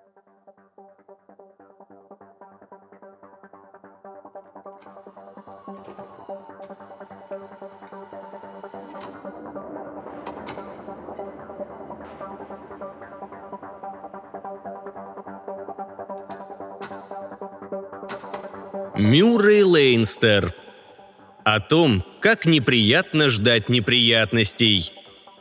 Мюррей Лейнстер. О том, как неприятно ждать неприятностей.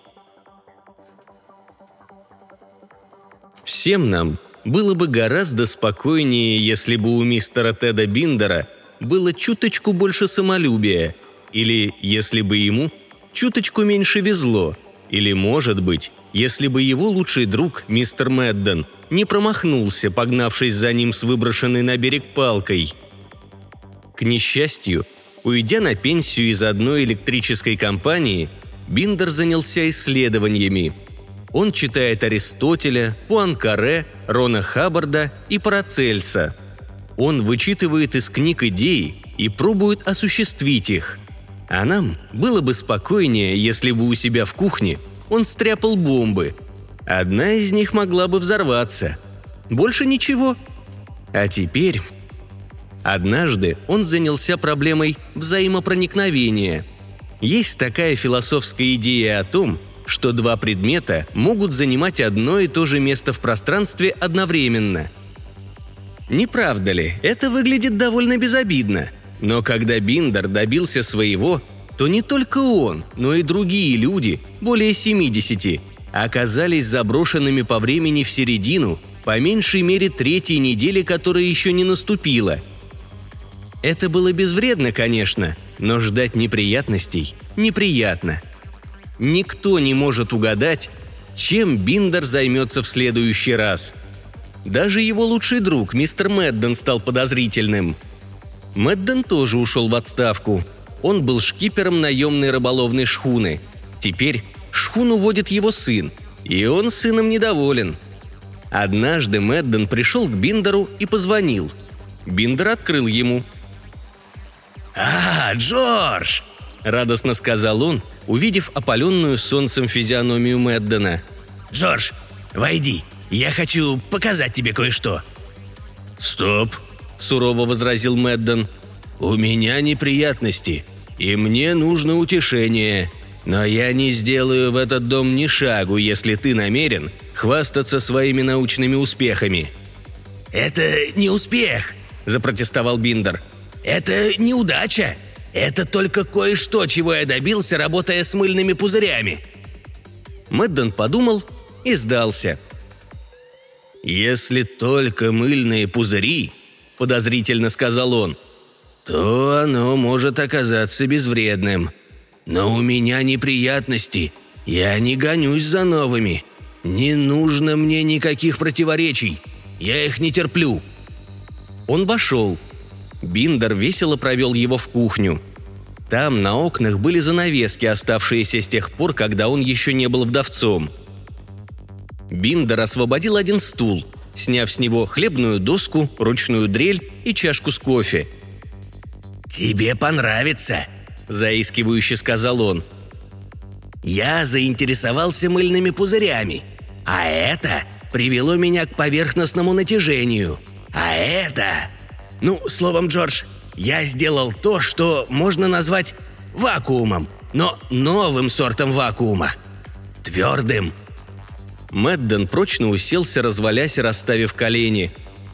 Всем нам было бы гораздо спокойнее, если бы у мистера Теда Биндера было чуточку больше самолюбия, или если бы ему чуточку меньше везло, или, может быть, если бы его лучший друг, мистер Мэдден, не промахнулся, погнавшись за ним с выброшенной на берег палкой. К несчастью, уйдя на пенсию из одной электрической компании, Биндер занялся исследованиями. Он читает Аристотеля, Пуанкаре, Рона Хаббарда и Парацельса. Он вычитывает из книг идеи и пробует осуществить их. А нам было бы спокойнее, если бы у себя в кухне он стряпал бомбы. Одна из них могла бы взорваться. Больше ничего. А теперь... Однажды он занялся проблемой взаимопроникновения. Есть такая философская идея о том, что два предмета могут занимать одно и то же место в пространстве одновременно. Не правда ли, это выглядит довольно безобидно. Но когда Биндер добился своего, то не только он, но и другие люди, более 70, оказались заброшенными по времени в середину, по меньшей мере третьей недели, которая еще не наступила. Это было безвредно, конечно, но ждать неприятностей неприятно. Никто не может угадать, чем Биндер займется в следующий раз. Даже его лучший друг, мистер Мэдден, стал подозрительным. Мэдден тоже ушел в отставку. Он был шкипером наемной рыболовной шхуны. Теперь шхуну водит его сын, и он сыном недоволен. Однажды Мэдден пришел к Биндеру и позвонил. Биндер открыл ему. «А, Джордж!» – радостно сказал он, увидев опаленную солнцем физиономию Мэддена. «Джордж, войди, я хочу показать тебе кое-что». «Стоп!» – сурово возразил Мэдден. «У меня неприятности, и мне нужно утешение. Но я не сделаю в этот дом ни шагу, если ты намерен хвастаться своими научными успехами». «Это не успех!» – запротестовал Биндер. «Это неудача! Это только кое-что, чего я добился, работая с мыльными пузырями!» Мэдден подумал и сдался. «Если только мыльные пузыри, — подозрительно сказал он, — то оно может оказаться безвредным. Но у меня неприятности, я не гонюсь за новыми. Не нужно мне никаких противоречий, я их не терплю». Он вошел. Биндер весело провел его в кухню. Там на окнах были занавески, оставшиеся с тех пор, когда он еще не был вдовцом. Биндер освободил один стул, сняв с него хлебную доску, ручную дрель и чашку с кофе. «Тебе понравится», – заискивающе сказал он. «Я заинтересовался мыльными пузырями, а это привело меня к поверхностному натяжению, а это... Ну, словом, Джордж, я сделал то, что можно назвать вакуумом, но новым сортом вакуума. Твердым». Мэдден прочно уселся, развалясь и расставив колени.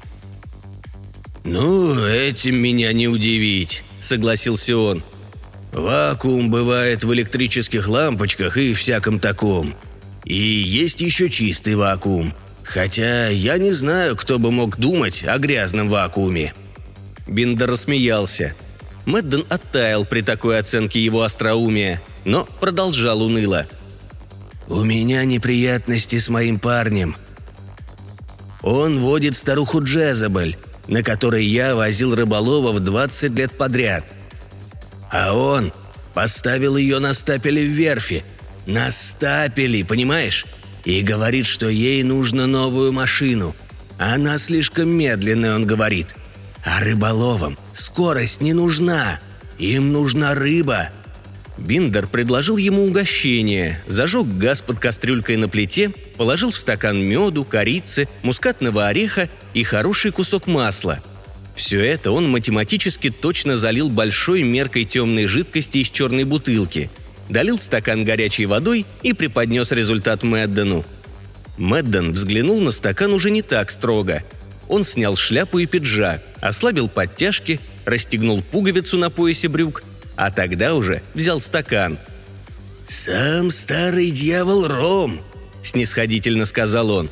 «Ну, этим меня не удивить», — согласился он. «Вакуум бывает в электрических лампочках и всяком таком. И есть еще чистый вакуум. Хотя я не знаю, кто бы мог думать о грязном вакууме». Биндер рассмеялся. Мэдден оттаял при такой оценке его остроумия, но продолжал уныло. «У меня неприятности с моим парнем. Он водит старуху Джезабель, на которой я возил рыболовов 20 лет подряд. А он поставил ее на стапели в верфи. На стапели, понимаешь? И говорит, что ей нужно новую машину. Она слишком медленная, он говорит. А рыболовам скорость не нужна. Им нужна рыба». Биндер предложил ему угощение, зажег газ под кастрюлькой на плите положил в стакан меду, корицы, мускатного ореха и хороший кусок масла. Все это он математически точно залил большой меркой темной жидкости из черной бутылки, долил стакан горячей водой и преподнес результат Мэддену. Мэдден взглянул на стакан уже не так строго. Он снял шляпу и пиджак, ослабил подтяжки, расстегнул пуговицу на поясе брюк, а тогда уже взял стакан. «Сам старый дьявол Ром», — снисходительно сказал он.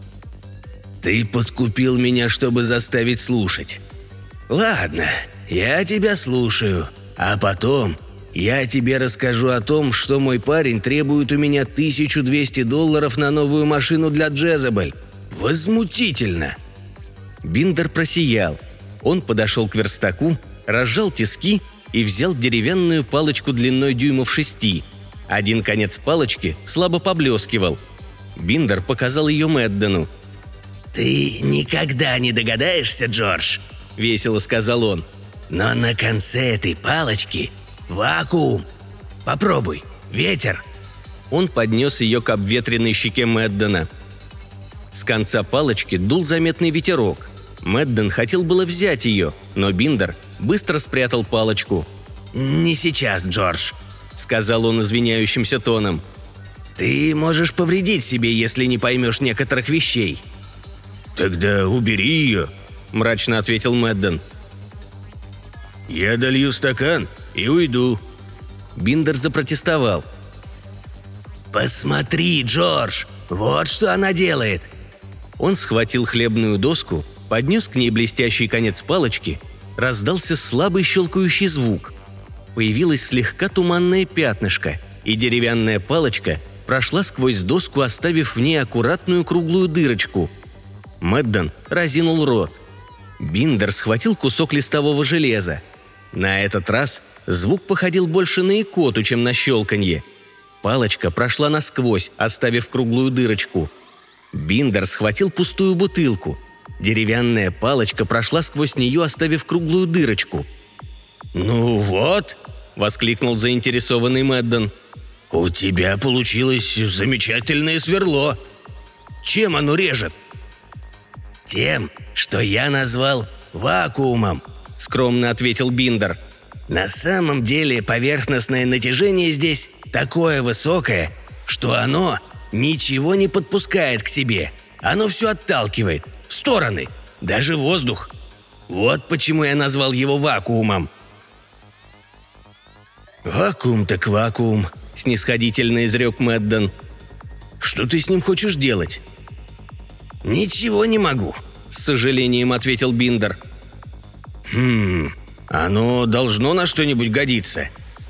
«Ты подкупил меня, чтобы заставить слушать. Ладно, я тебя слушаю, а потом я тебе расскажу о том, что мой парень требует у меня $1200 на новую машину для Джезабель. Возмутительно!» Биндер просиял. Он подошел к верстаку, разжал тиски и взял деревянную палочку длиной дюймов 6. Один конец палочки слабо поблескивал. Биндер показал ее Мэддену. «Ты никогда не догадаешься, Джордж», — весело сказал он. «Но на конце этой палочки вакуум. Попробуй. Ветер». Он поднес ее к обветренной щеке Мэддена. С конца палочки дул заметный ветерок. Мэдден хотел было взять ее, но Биндер быстро спрятал палочку. «Не сейчас, Джордж», — сказал он извиняющимся тоном. «Ты можешь повредить себе, если не поймешь некоторых вещей». «Тогда убери ее», — мрачно ответил Мэдден. «Я долью стакан и уйду». Биндер запротестовал. «Посмотри, Джордж, вот что она делает». Он схватил хлебную доску, поднес к ней блестящий конец палочки, раздался слабый щелкающий звук. Появилось слегка туманное пятнышко, и деревянная палочка прошла сквозь доску, оставив в ней аккуратную круглую дырочку. Мэдден разинул рот. Биндер схватил кусок листового железа. На этот раз звук походил больше на икоту, чем на щелканье. Палочка прошла насквозь, оставив круглую дырочку. Биндер схватил пустую бутылку. Деревянная палочка прошла сквозь нее, оставив круглую дырочку. «Ну вот», — воскликнул заинтересованный Мэдден. «У тебя получилось замечательное сверло. Чем оно режет?» «Тем, что я назвал вакуумом», — скромно ответил Биндер. «На самом деле поверхностное натяжение здесь такое высокое, что оно ничего не подпускает к себе. Оно все отталкивает, в стороны, даже воздух. Вот почему я назвал его вакуумом». «Вакуум так вакуум», — снисходительно изрек Мэдден. «Что ты с ним хочешь делать?» «Ничего не могу», — с сожалением ответил Биндер. Оно должно на что-нибудь годиться».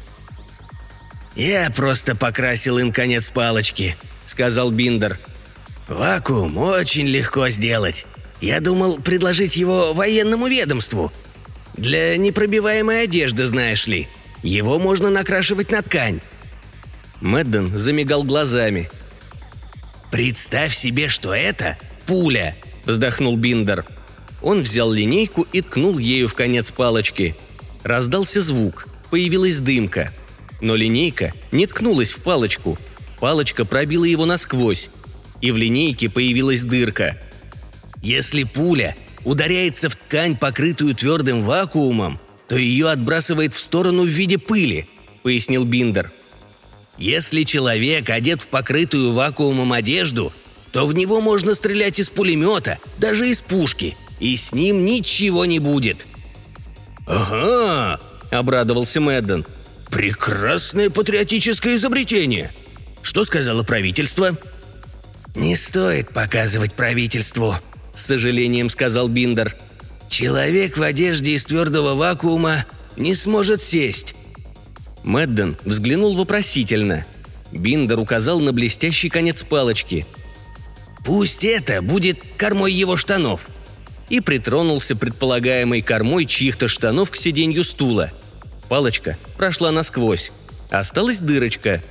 «Я просто покрасил им конец палочки», — сказал Биндер. «Вакуум очень легко сделать. Я думал предложить его военному ведомству. Для непробиваемой одежды, знаешь ли. Его можно накрашивать на ткань». Мэдден замигал глазами. «Представь себе, что это пуля», — вздохнул Биндер. Он взял линейку и ткнул ею в конец палочки. Раздался звук, появилась дымка. Но линейка не ткнулась в палочку. Палочка пробила его насквозь. И в линейке появилась дырка. «Если пуля ударяется в ткань, покрытую твердым вакуумом, то ее отбрасывает в сторону в виде пыли», — пояснил Биндер. «Если человек одет в покрытую вакуумом одежду, то в него можно стрелять из пулемета, даже из пушки, и с ним ничего не будет». «Ага», — обрадовался Мэдден. «Прекрасное патриотическое изобретение. Что сказало правительство?» «Не стоит показывать правительству», — с сожалением сказал Биндер. «Человек в одежде из твердого вакуума не сможет сесть». Мэдден взглянул вопросительно. Биндер указал на блестящий конец палочки. «Пусть это будет кормой его штанов», и притронулся предполагаемой кормой чьих-то штанов к сиденью стула. Палочка прошла насквозь. Осталась дырочка.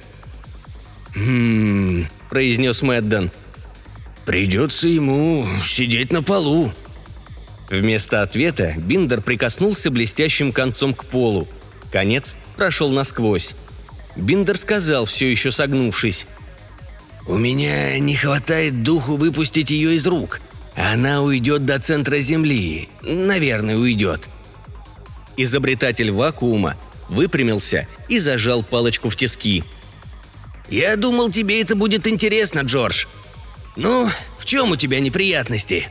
произнес Мэдден. «Придется ему сидеть на полу». Вместо ответа Биндер прикоснулся блестящим концом к полу. Конец прошел насквозь. Биндер сказал, все еще согнувшись. У меня не хватает духу выпустить ее из рук. Она уйдет до центра Земли. Наверное, уйдет». Изобретатель вакуума выпрямился и зажал палочку в тиски. «Я думал, тебе это будет интересно, Джордж. Ну, в чем у тебя неприятности?»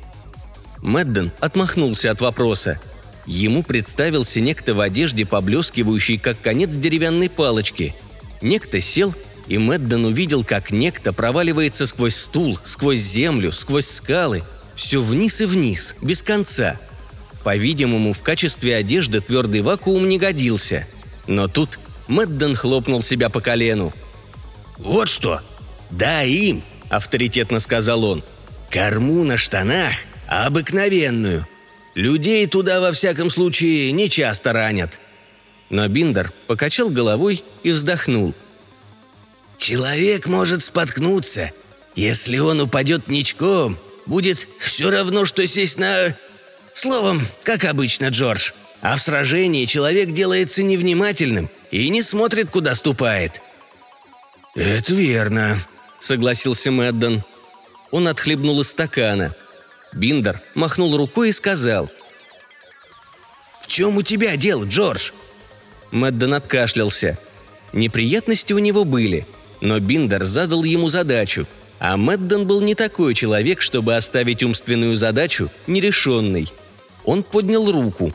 Мэдден отмахнулся от вопроса. Ему представился некто в одежде, поблескивающий, как конец деревянной палочки. Некто сел, и Мэдден увидел, как некто проваливается сквозь стул, сквозь землю, сквозь скалы, все вниз и вниз, без конца. По-видимому, в качестве одежды твердый вакуум не годился. Но тут Мэдден хлопнул себя по колену. «Вот что! Дай им!» – авторитетно сказал он. «Корму на штанах обыкновенную. Людей туда, во всяком случае, не часто ранят». Но Биндер покачал головой и вздохнул. «Человек может споткнуться. Если он упадет ничком, будет все равно, что сесть на... Словом, как обычно, Джордж. А в сражении человек делается невнимательным и не смотрит, куда ступает». «Это верно», — согласился Мэдден. Он отхлебнул из стакана. Биндер махнул рукой и сказал: «В чем у тебя дело, Джордж?» Мэдден откашлялся. Неприятности у него были, но Биндер задал ему задачу, а Мэдден был не такой человек, чтобы оставить умственную задачу нерешенной. Он поднял руку.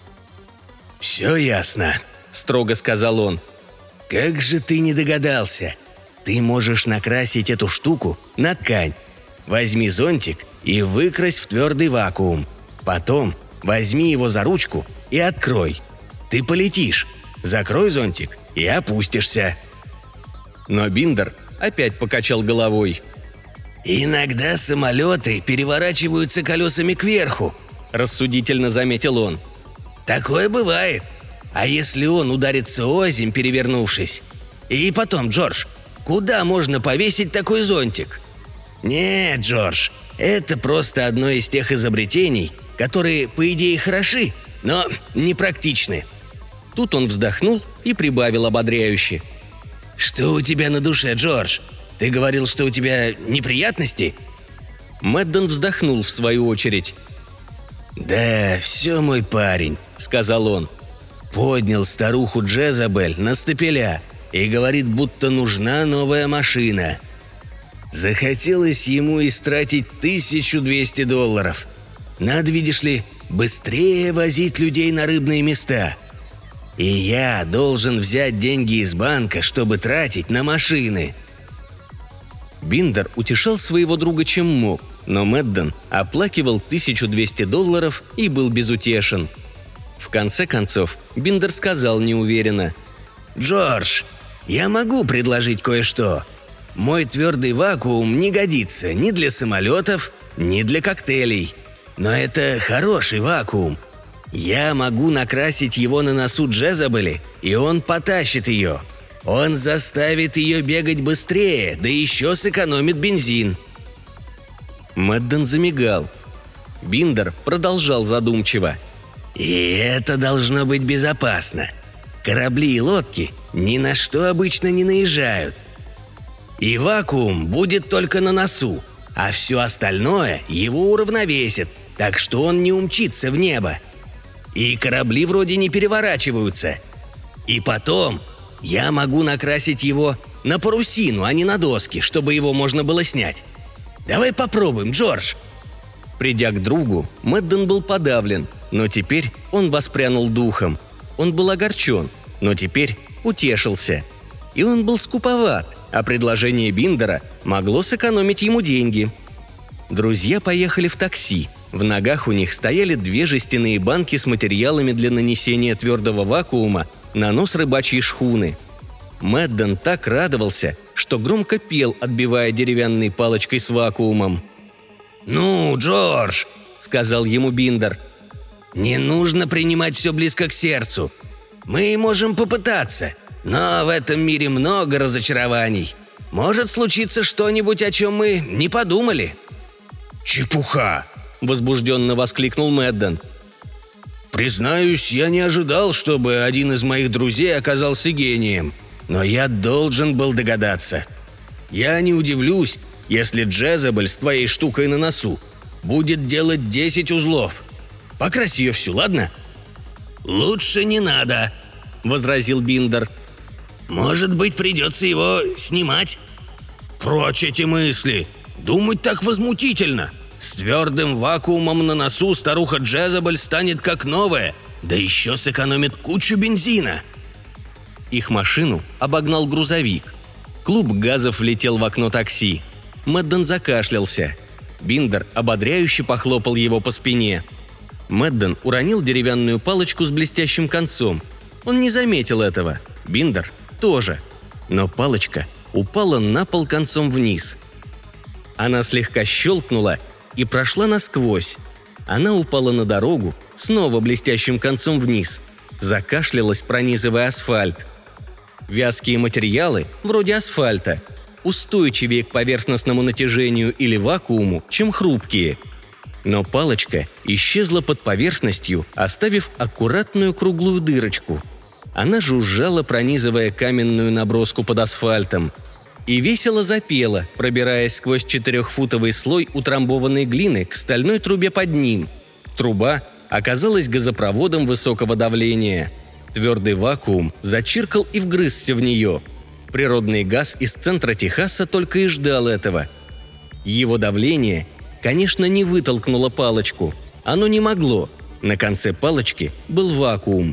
«Все ясно», — строго сказал он. «Как же ты не догадался? Ты можешь накрасить эту штуку на ткань. Возьми зонтик и выкрась в твердый вакуум. Потом возьми его за ручку и открой. Ты полетишь. Закрой зонтик и опустишься». Но Биндер опять покачал головой. «Иногда самолеты переворачиваются колесами кверху», – рассудительно заметил он. «Такое бывает. А если он ударится озимь, перевернувшись? И потом, Джордж, куда можно повесить такой зонтик?» «Нет, Джордж, это просто одно из тех изобретений, которые, по идее, хороши, но непрактичны». Тут он вздохнул и прибавил ободряюще: «Что у тебя на душе, Джордж? Ты говорил, что у тебя неприятности?» Мэдден вздохнул в свою очередь. «Да, все мой парень», — сказал он. «Поднял старуху Джезабель на стапеля и говорит, будто нужна новая машина. Захотелось ему истратить $1200. Надо, видишь ли, быстрее возить людей на рыбные места. И я должен взять деньги из банка, чтобы тратить на машины». Биндер утешал своего друга чем мог, но Мэдден оплакивал $1200 и был безутешен. В конце концов, Биндер сказал неуверенно: «Джордж, я могу предложить кое-что. Мой твердый вакуум не годится ни для самолетов, ни для коктейлей. Но это хороший вакуум. Я могу накрасить его на носу Джезабели, и он потащит ее. Он заставит ее бегать быстрее, да еще сэкономит бензин». Мэдден замигал. Биндер продолжал задумчиво: «И это должно быть безопасно. Корабли и лодки ни на что обычно не наезжают. И вакуум будет только на носу, а все остальное его уравновесит, так что он не умчится в небо. И корабли вроде не переворачиваются. И потом я могу накрасить его на парусину, а не на доски, чтобы его можно было снять. Давай попробуем, Джордж». Придя к другу, Мэдден был подавлен, но теперь он воспрянул духом. Он был огорчен, но теперь утешился. И он был скуповат, а предложение Биндера могло сэкономить ему деньги. Друзья поехали в такси. В ногах у них стояли 2 жестяные банки с материалами для нанесения твердого вакуума на нос рыбачьей шхуны. Мэдден так радовался, что громко пел, отбивая деревянной палочкой с вакуумом. «Ну, Джордж», — сказал ему Биндер, — «не нужно принимать все близко к сердцу. Мы можем попытаться, но в этом мире много разочарований. Может случиться что-нибудь, о чем мы не подумали». «Чепуха!» – возбужденно воскликнул Мэдден. «Признаюсь, я не ожидал, чтобы один из моих друзей оказался гением, но я должен был догадаться». Я не удивлюсь, если Джезабель с твоей штукой на носу будет делать 10 узлов. Покрась ее всю, ладно?» «Лучше не надо», — возразил Биндер. «Может быть, придется его снимать?» «Прочь эти мысли! Думать так возмутительно! С твердым вакуумом на носу старуха Джезабель станет как новая, да еще сэкономит кучу бензина!» Их машину обогнал грузовик. Клуб газов влетел в окно такси. Мэдден закашлялся. Биндер ободряюще похлопал его по спине. Мэдден уронил деревянную палочку с блестящим концом. Он не заметил этого. Биндер тоже. Но палочка упала на пол концом вниз. Она слегка щелкнула и прошла насквозь. Она упала на дорогу, снова блестящим концом вниз. Закашлялась, пронизывая асфальт. Вязкие материалы, вроде асфальта, устойчивее к поверхностному натяжению или вакууму, чем хрупкие. Но палочка исчезла под поверхностью, оставив аккуратную круглую дырочку. Она жужжала, пронизывая каменную наброску под асфальтом. И весело запела, пробираясь сквозь 4-футовый слой утрамбованной глины к стальной трубе под ним. Труба оказалась газопроводом высокого давления. Твердый вакуум зачиркал и вгрызся в нее. Природный газ из центра Техаса только и ждал этого. Его давление, конечно, не вытолкнуло палочку. Оно не могло. На конце палочки был вакуум.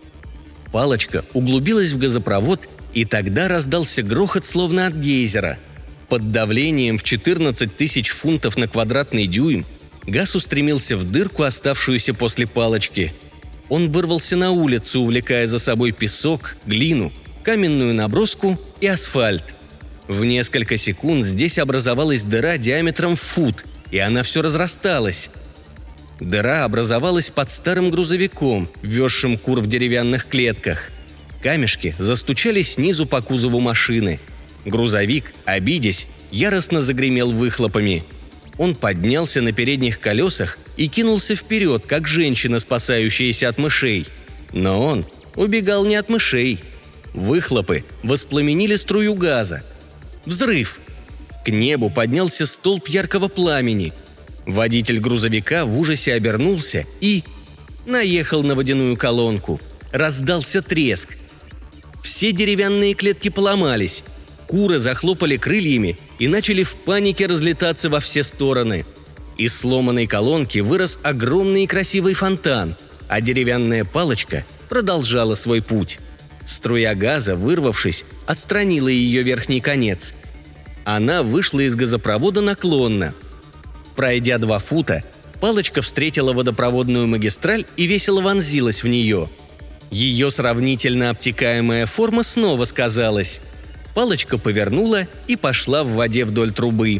Палочка углубилась в газопровод, и тогда раздался грохот, словно от гейзера. Под давлением в 14 тысяч фунтов на квадратный дюйм газ устремился в дырку, оставшуюся после палочки. Он вырвался на улицу, увлекая за собой песок, глину, каменную наброску и асфальт. В несколько секунд здесь образовалась дыра диаметром в фут, и она все разрасталась. Дыра образовалась под старым грузовиком, везшим кур в деревянных клетках. Камешки застучали снизу по кузову машины. Грузовик, обидясь, яростно загремел выхлопами. Он поднялся на передних колесах и кинулся вперед, как женщина, спасающаяся от мышей. Но он убегал не от мышей. Выхлопы воспламенили струю газа. Взрыв! К небу поднялся столб яркого пламени. Водитель грузовика в ужасе обернулся и наехал на водяную колонку. Раздался треск. Все деревянные клетки поломались. Куры захлопали крыльями и начали в панике разлетаться во все стороны. Из сломанной колонки вырос огромный и красивый фонтан, а деревянная палочка продолжала свой путь. Струя газа, вырвавшись, отстранила ее верхний конец. Она вышла из газопровода наклонно. Пройдя 2 фута, палочка встретила водопроводную магистраль и весело вонзилась в нее. Ее сравнительно обтекаемая форма снова сказалась. Палочка повернула и пошла в воде вдоль трубы.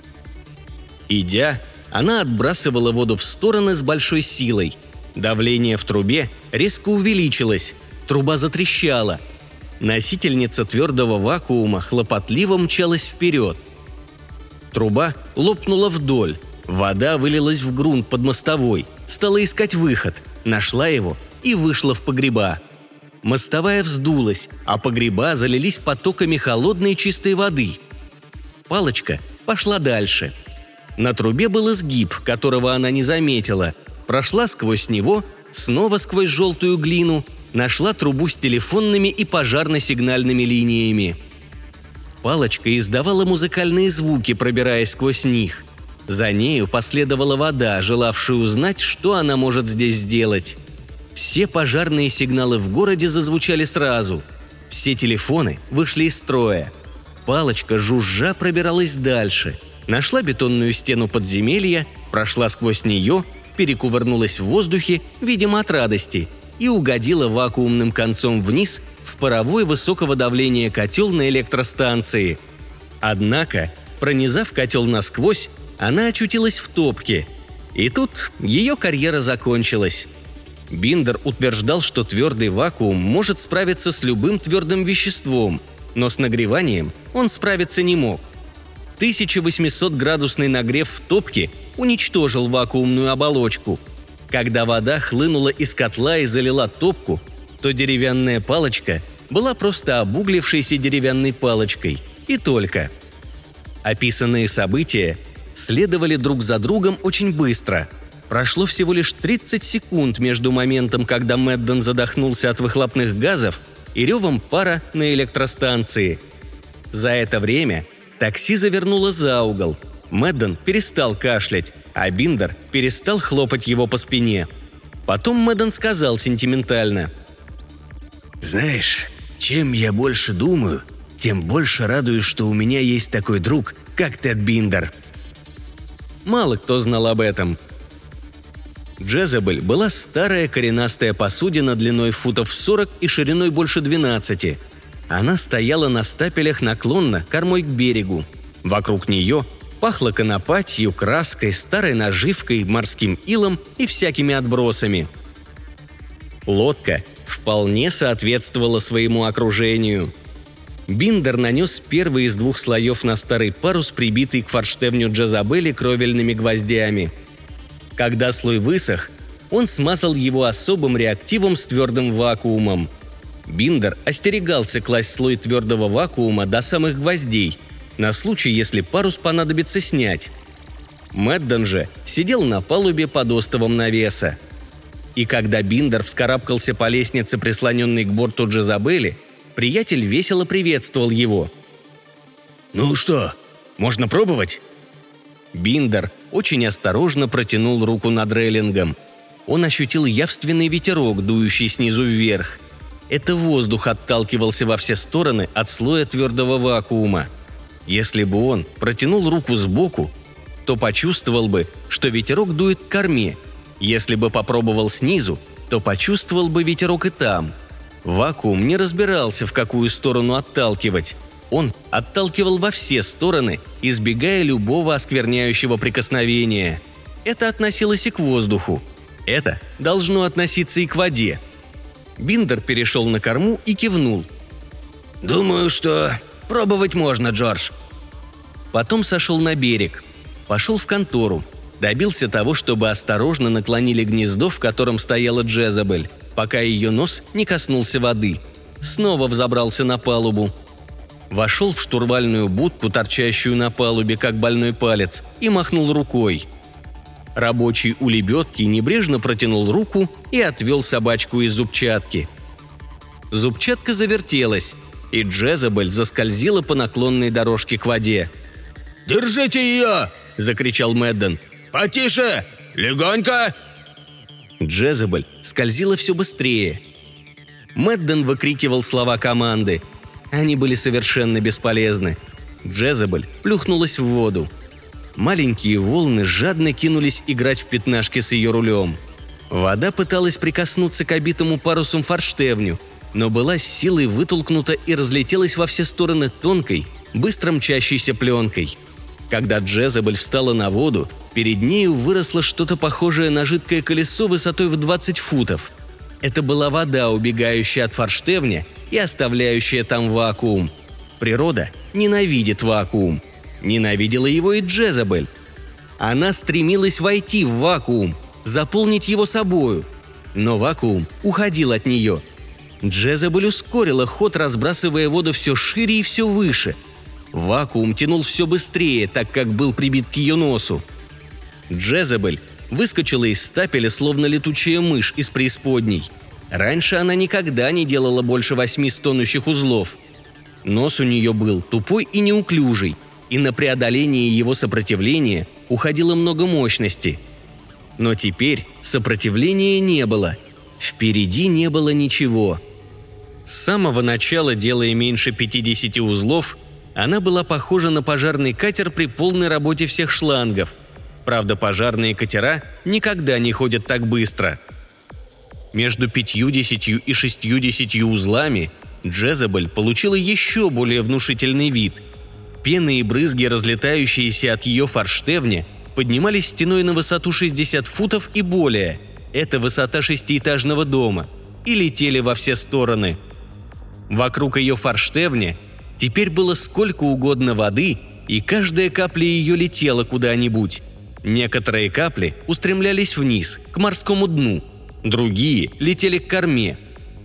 Идя, она отбрасывала воду в стороны с большой силой. Давление в трубе резко увеличилось, труба затрещала. Носительница твердого вакуума хлопотливо мчалась вперед. Труба лопнула вдоль, вода вылилась в грунт под мостовой, стала искать выход, нашла его и вышла в погреба. Мостовая вздулась, а погреба залились потоками холодной чистой воды. Палочка пошла дальше. На трубе был изгиб, которого она не заметила. Прошла сквозь него, снова сквозь желтую глину, нашла трубу с телефонными и пожарно-сигнальными линиями. Палочка издавала музыкальные звуки, пробираясь сквозь них. За нею последовала вода, желавшая узнать, что она может здесь сделать. Все пожарные сигналы в городе зазвучали сразу. Все телефоны вышли из строя. Палочка жужжа пробиралась дальше. Нашла бетонную стену подземелья, прошла сквозь нее, перекувырнулась в воздухе, видимо, от радости, и угодила вакуумным концом вниз в паровой высокого давления котел на электростанции. Однако, пронизав котел насквозь, она очутилась в топке. И тут ее карьера закончилась. Биндер утверждал, что твердый вакуум может справиться с любым твердым веществом, но с нагреванием он справиться не мог. 1800-градусный нагрев в топке уничтожил вакуумную оболочку. Когда вода хлынула из котла и залила топку, то деревянная палочка была просто обуглившейся деревянной палочкой. И только. Описанные события следовали друг за другом очень быстро. Прошло всего лишь 30 секунд между моментом, когда Мэдден задохнулся от выхлопных газов, и ревом пара на электростанции. За это время такси завернуло за угол. Мэдден перестал кашлять, а Биндер перестал хлопать его по спине. Потом Мэдден сказал сентиментально: «Знаешь, чем я больше думаю, тем больше радуюсь, что у меня есть такой друг, как Тед Биндер». Мало кто знал об этом. Джезабель была старая коренастая посудина длиной футов 40 и шириной больше 12. Она стояла на стапелях наклонно, кормой к берегу. Вокруг нее пахло конопатью, краской, старой наживкой, морским илом и всякими отбросами. Лодка вполне соответствовала своему окружению. Биндер нанес первый из 2 слоев на старый парус, прибитый к форштевню Джезабели кровельными гвоздями. Когда слой высох, он смазал его особым реактивом с твердым вакуумом. Биндер остерегался класть слой твердого вакуума до самых гвоздей, на случай, если парус понадобится снять. Мэдден же сидел на палубе под остовом навеса. И когда Биндер вскарабкался по лестнице, прислоненной к борту Джезабели, приятель весело приветствовал его. «Ну что, можно пробовать?» Биндер очень осторожно протянул руку над рейлингом. Он ощутил явственный ветерок, дующий снизу вверх. Это воздух отталкивался во все стороны от слоя твердого вакуума. Если бы он протянул руку сбоку, то почувствовал бы, что ветерок дует к корме. Если бы попробовал снизу, то почувствовал бы ветерок и там. Вакуум не разбирался, в какую сторону отталкивать. Он отталкивал во все стороны, избегая любого оскверняющего прикосновения. Это относилось и к воздуху. Это должно относиться и к воде. Биндер перешел на корму и кивнул. «Думаю, что пробовать можно, Джордж». Потом сошел на берег. Пошел в контору. Добился того, чтобы осторожно наклонили гнездо, в котором стояла Джезабель, пока ее нос не коснулся воды. Снова взобрался на палубу. Вошел в штурвальную будку, торчащую на палубе, как больной палец, и махнул рукой. Рабочий у лебедки небрежно протянул руку и отвел собачку из зубчатки. Зубчатка завертелась, и Джезабель заскользила по наклонной дорожке к воде. «Держите ее!» – закричал Мэдден. «Потише! Легонько!» Джезабель скользила все быстрее. Мэдден выкрикивал слова команды. Они были совершенно бесполезны. Джезабель плюхнулась в воду. Маленькие волны жадно кинулись играть в пятнашки с ее рулем. Вода пыталась прикоснуться к обитому парусом форштевню, но была с силой вытолкнута и разлетелась во все стороны тонкой, быстро мчащейся пленкой. Когда Джезабель встала на воду, перед нею выросло что-то похожее на жидкое колесо высотой в 20 футов. Это была вода, убегающая от форштевня и оставляющая там вакуум. Природа ненавидит вакуум. Ненавидела его и Джезабель. Она стремилась войти в вакуум, заполнить его собою. Но вакуум уходил от нее. Джезабель ускорила ход, разбрасывая воду все шире и все выше. Вакуум тянул все быстрее, так как был прибит к ее носу. Джезабель выскочила из стапеля, словно летучая мышь из преисподней. Раньше она никогда не делала больше 8 стонущих узлов. Нос у нее был тупой и неуклюжий, и на преодоление его сопротивления уходило много мощности. Но теперь сопротивления не было. Впереди не было ничего. С самого начала, делая меньше 50 узлов, она была похожа на пожарный катер при полной работе всех шлангов. Правда, пожарные катера никогда не ходят так быстро. Между 50 и 60 узлами Джезабель получила еще более внушительный вид. Пена и брызги, разлетающиеся от ее форштевня, поднимались стеной на высоту 60 футов и более. Это высота 6-этажного дома. И летели во все стороны. Вокруг ее форштевня теперь было сколько угодно воды, и каждая капля ее летела куда-нибудь. Некоторые капли устремлялись вниз, к морскому дну, другие летели к корме.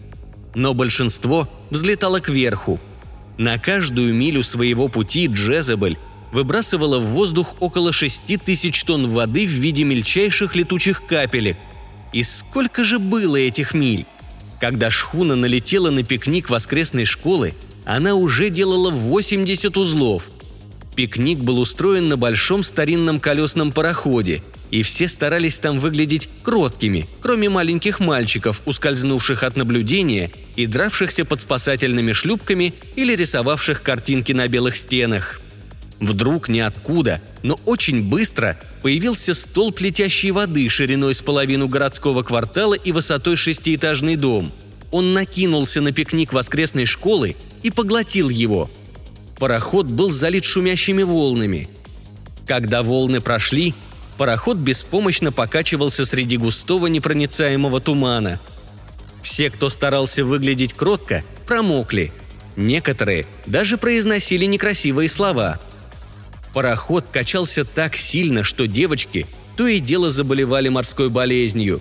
Но большинство взлетало кверху. На каждую милю своего пути Джезабель выбрасывала в воздух около 6000 тонн воды в виде мельчайших летучих капелек. И сколько же было этих миль? Когда шхуна налетела на пикник воскресной школы, она уже делала 80 узлов. Пикник был устроен на большом старинном колесном пароходе, и все старались там выглядеть кроткими, кроме маленьких мальчиков, ускользнувших от наблюдения и дравшихся под спасательными шлюпками или рисовавших картинки на белых стенах. Вдруг ниоткуда, но очень быстро появился столб летящей воды шириной с половину городского квартала и высотой 6-этажный дом. Он накинулся на пикник воскресной школы и поглотил его. Пароход был залит шумящими волнами. Когда волны прошли, пароход беспомощно покачивался среди густого непроницаемого тумана. Все, кто старался выглядеть кротко, промокли. Некоторые даже произносили некрасивые слова. Пароход качался так сильно, что девочки то и дело заболевали морской болезнью.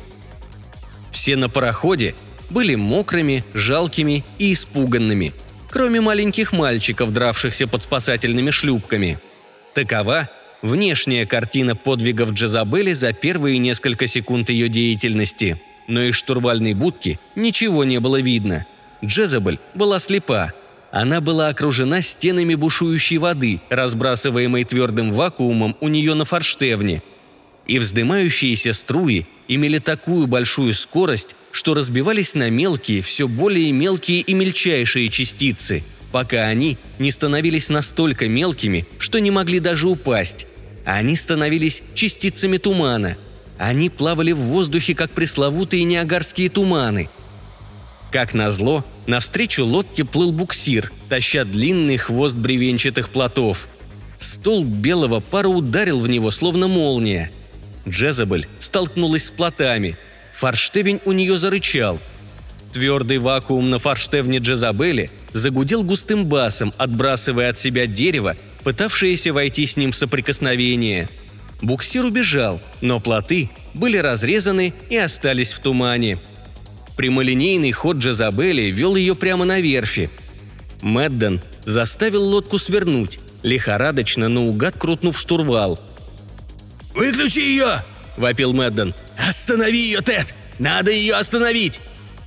Все на пароходе были мокрыми, жалкими и испуганными, кроме маленьких мальчиков, дравшихся под спасательными шлюпками. Такова внешняя картина подвигов Джезабели за первые несколько секунд ее деятельности. Но из штурвальной будки ничего не было видно. Джезабель была слепа. Она была окружена стенами бушующей воды, разбрасываемой твердым вакуумом у нее на форштевне. И вздымающиеся струи имели такую большую скорость, что разбивались на мелкие, все более мелкие и мельчайшие частицы, пока они не становились настолько мелкими, что не могли даже упасть. Они становились частицами тумана. Они плавали в воздухе, как пресловутые ниагарские туманы. Как назло, навстречу лодке плыл буксир, таща длинный хвост бревенчатых плотов. Столб белого пара ударил в него, словно молния. Джезабель столкнулась с плотами. Форштевень у нее зарычал. Твердый вакуум на форштевне Джезабели загудел густым басом, отбрасывая от себя дерево, пытавшееся войти с ним в соприкосновение. Буксир убежал, но плоты были разрезаны и остались в тумане. Прямолинейный ход Джезабели вел ее прямо на верфи. Мэдден заставил лодку свернуть, лихорадочно наугад крутнув штурвал. «Выключи ее!» – вопил Мэдден. «Останови ее, Тед! Надо ее остановить!»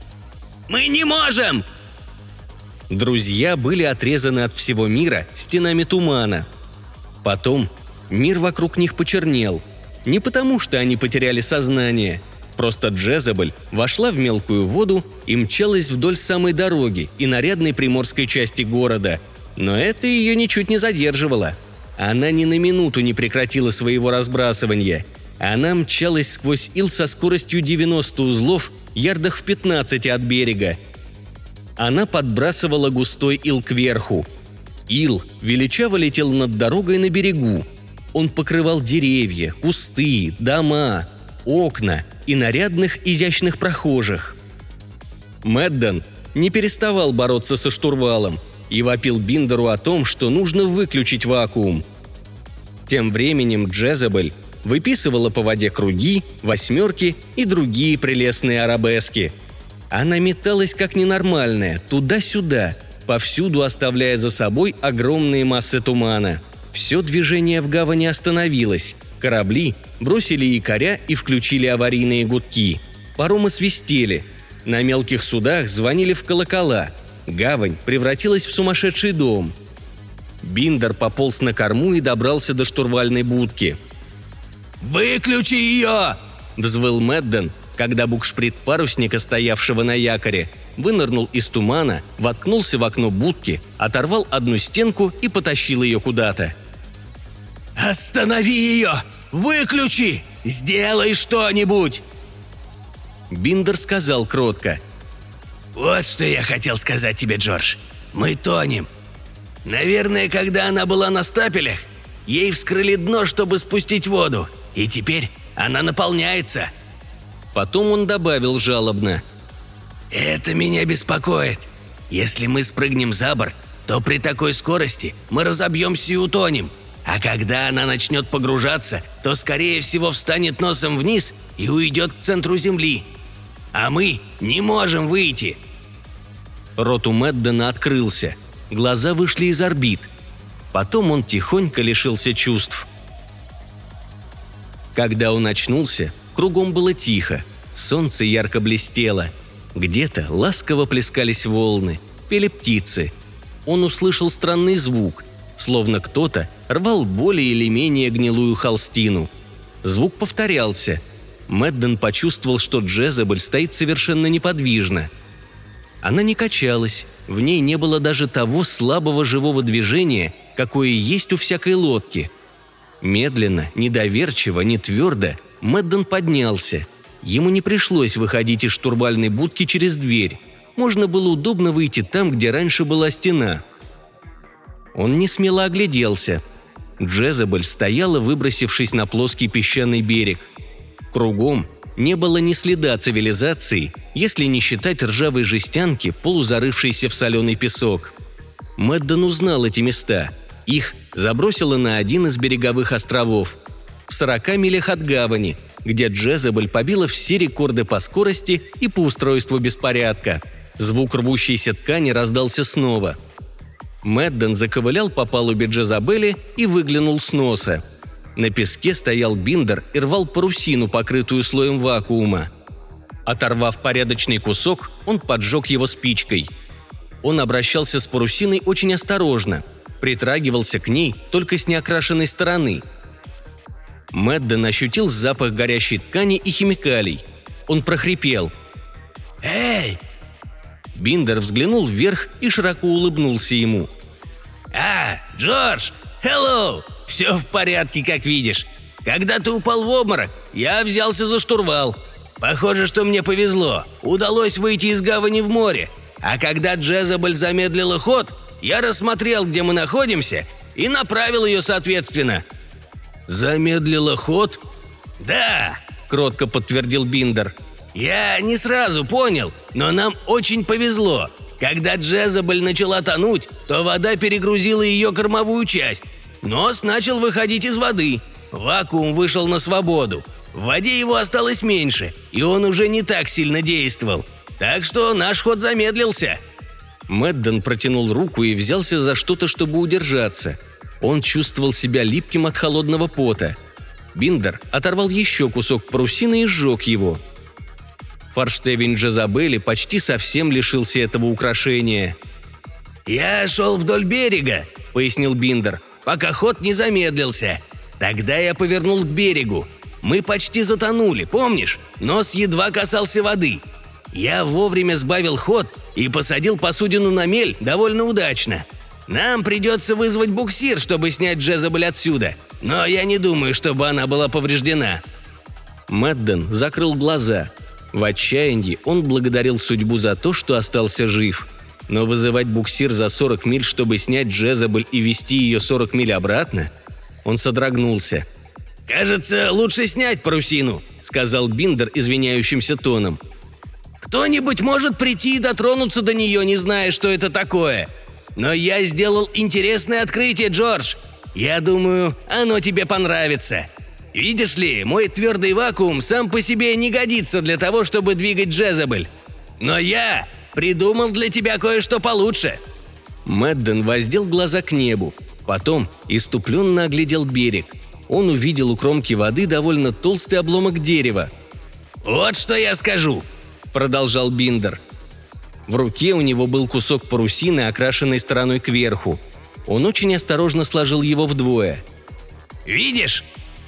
«Мы не можем!» Друзья были отрезаны от всего мира стенами тумана. Потом мир вокруг них почернел. Не потому, что они потеряли сознание. Просто Джезабель вошла в мелкую воду и мчалась вдоль самой дороги и нарядной приморской части города. Но это ее ничуть не задерживало. Она ни на минуту не прекратила своего разбрасывания. Она мчалась сквозь ил со скоростью 90 узлов, ярдах в 15 от берега. Она подбрасывала густой ил кверху. Ил величаво летел над дорогой на берегу. Он покрывал деревья, кусты, дома, окна и нарядных изящных прохожих. Мэдден не переставал бороться со штурвалом и вопил Биндеру о том, что нужно выключить вакуум. Тем временем Джезабель выписывала по воде круги, восьмерки и другие прелестные арабески. Она металась как ненормальная, туда-сюда, повсюду оставляя за собой огромные массы тумана. Все движение в гавани остановилось. Корабли бросили якоря и включили аварийные гудки. Паромы свистели. На мелких судах звонили в колокола. Гавань превратилась в сумасшедший дом. Биндер пополз на корму и добрался до штурвальной будки. «Выключи ее!» – взвыл Мэдден, когда букшприт парусника, стоявшего на якоре, вынырнул из тумана, воткнулся в окно будки, оторвал одну стенку и потащил ее куда-то. «Останови ее! Выключи! Сделай что-нибудь!» Биндер сказал кротко. «Вот что я хотел сказать тебе, Джордж. Мы тонем. Наверное, когда она была на стапелях, ей вскрыли дно, чтобы спустить воду, и теперь она наполняется». Потом он добавил жалобно. «Это меня беспокоит. Если мы спрыгнем за борт, то при такой скорости мы разобьемся и утонем. А когда она начнет погружаться, то, скорее всего, встанет носом вниз и уйдет к центру земли. А мы не можем выйти». Рот у Мэддена открылся. Глаза вышли из орбит. Потом он тихонько лишился чувств. Когда он очнулся, кругом было тихо, солнце ярко блестело. Где-то ласково плескались волны, пели птицы. Он услышал странный звук, словно кто-то рвал более или менее гнилую холстину. Звук повторялся. Мэдден почувствовал, что Джезабель стоит совершенно неподвижно. Она не качалась, в ней не было даже того слабого живого движения, какое есть у всякой лодки. Медленно, недоверчиво, не твердо Мэдден поднялся. Ему не пришлось выходить из штурвальной будки через дверь. Можно было удобно выйти там, где раньше была стена. Он несмело огляделся. Джезабель стояла, выбросившись на плоский песчаный берег. Кругом не было ни следа цивилизации, если не считать ржавой жестянки, полузарывшейся в соленый песок. Мэдден узнал эти места. Их забросило на один из береговых островов. В 40 милях от гавани, где Джезабель побила все рекорды по скорости и по устройству беспорядка. Звук рвущейся ткани раздался снова. Мэдден заковылял по палубе Джезабели и выглянул с носа. На песке стоял Биндер и рвал парусину, покрытую слоем вакуума. Оторвав порядочный кусок, он поджег его спичкой. Он обращался с парусиной очень осторожно, притрагивался к ней только с неокрашенной стороны. Мэдден ощутил запах горящей ткани и химикалий. Он прохрипел: «Эй!» Биндер взглянул вверх и широко улыбнулся ему. Джордж! Hello! Все в порядке, как видишь. Когда ты упал в обморок, я взялся за штурвал. Похоже, что мне повезло. Удалось выйти из гавани в море. А когда Джезабель замедлила ход, я рассмотрел, где мы находимся, и направил ее соответственно». «Замедлила ход?» «Да», – кротко подтвердил Биндер. «Я не сразу понял, но нам очень повезло. Когда Джезабель начала тонуть, то вода перегрузила ее кормовую часть. Нос начал выходить из воды. Вакуум вышел на свободу. В воде его осталось меньше, и он уже не так сильно действовал. Так что наш ход замедлился». Мэдден протянул руку и взялся за что-то, чтобы удержаться. Он чувствовал себя липким от холодного пота. Биндер оторвал еще кусок парусины и сжег его. Форштевень Джезабели почти совсем лишился этого украшения. «Я шел вдоль берега», — пояснил Биндер, — «пока ход не замедлился. Тогда я повернул к берегу. Мы почти затонули, помнишь? Нос едва касался воды. Я вовремя сбавил ход и посадил посудину на мель довольно удачно. Нам придется вызвать буксир, чтобы снять Джезабель отсюда, но я не думаю, чтобы она была повреждена». Мэдден закрыл глаза. В отчаянии он благодарил судьбу за то, что остался жив. Но вызывать буксир за 40 миль, чтобы снять Джезабель и везти ее 40 миль обратно? Он содрогнулся. «Кажется, лучше снять парусину», — сказал Биндер извиняющимся тоном. «Кто-нибудь может прийти и дотронуться до нее, не зная, что это такое. Но я сделал интересное открытие, Джордж. Я думаю, оно тебе понравится. Видишь ли, мой твердый вакуум сам по себе не годится для того, чтобы двигать Джезабель. Но я придумал для тебя кое-что получше». Мэдден воздел глаза к небу. Потом исступленно оглядел берег. Он увидел у кромки воды довольно толстый обломок дерева. «Вот что я скажу», — продолжал Биндер. В руке у него был кусок парусины, окрашенной стороной кверху. Он очень осторожно сложил его вдвое. «Видишь?»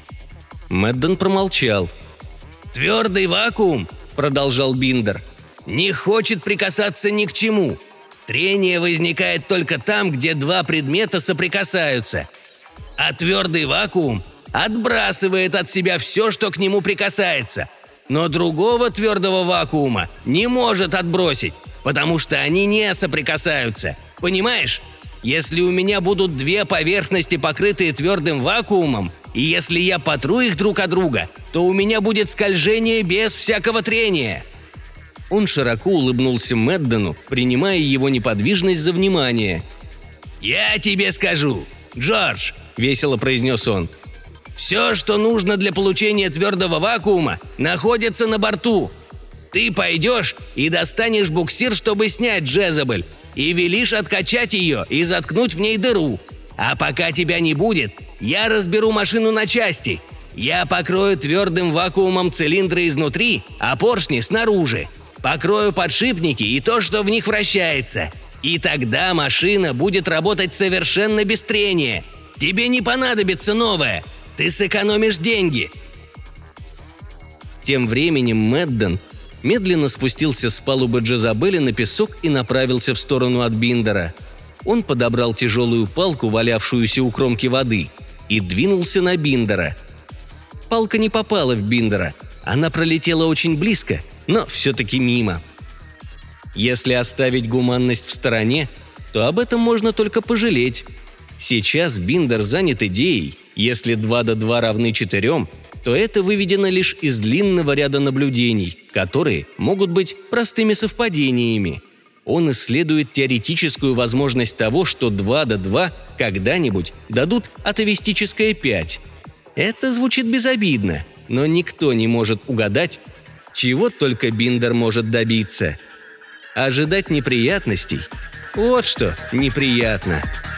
Мэдден промолчал. «Твердый вакуум», — продолжал Биндер, — «не хочет прикасаться ни к чему. Трение возникает только там, где два предмета соприкасаются. А твердый вакуум отбрасывает от себя все, что к нему прикасается. Но другого твердого вакуума не может отбросить, потому что они не соприкасаются. Понимаешь? Если у меня будут две поверхности, покрытые твердым вакуумом, и если я потру их друг от друга, то у меня будет скольжение без всякого трения». Он широко улыбнулся Мэддену, принимая его неподвижность за внимание. «Я тебе скажу, Джордж», — весело произнес он, — «все, что нужно для получения твердого вакуума, находится на борту. Ты пойдешь и достанешь буксир, чтобы снять Джезабель, и велишь откачать ее и заткнуть в ней дыру. А пока тебя не будет, я разберу машину на части. Я покрою твердым вакуумом цилиндры изнутри, а поршни снаружи. Покрою подшипники и то, что в них вращается. И тогда машина будет работать совершенно без трения. Тебе не понадобится новая. Ты сэкономишь деньги». Тем временем Мэдден медленно спустился с палубы Джезабели на песок и направился в сторону от Биндера. Он подобрал тяжелую палку, валявшуюся у кромки воды, и двинулся на Биндера. Палка не попала в Биндера. Она пролетела очень близко, но все-таки мимо. Если оставить гуманность в стороне, то об этом можно только пожалеть. Сейчас Биндер занят идеей: если 2 + 2 равны 4, то это выведено лишь из длинного ряда наблюдений, которые могут быть простыми совпадениями. Он исследует теоретическую возможность того, что 2 + 2 когда-нибудь дадут атовистическое 5. Это звучит безобидно, но никто не может угадать, чего только Биндер может добиться. Ожидать неприятностей – вот что неприятно.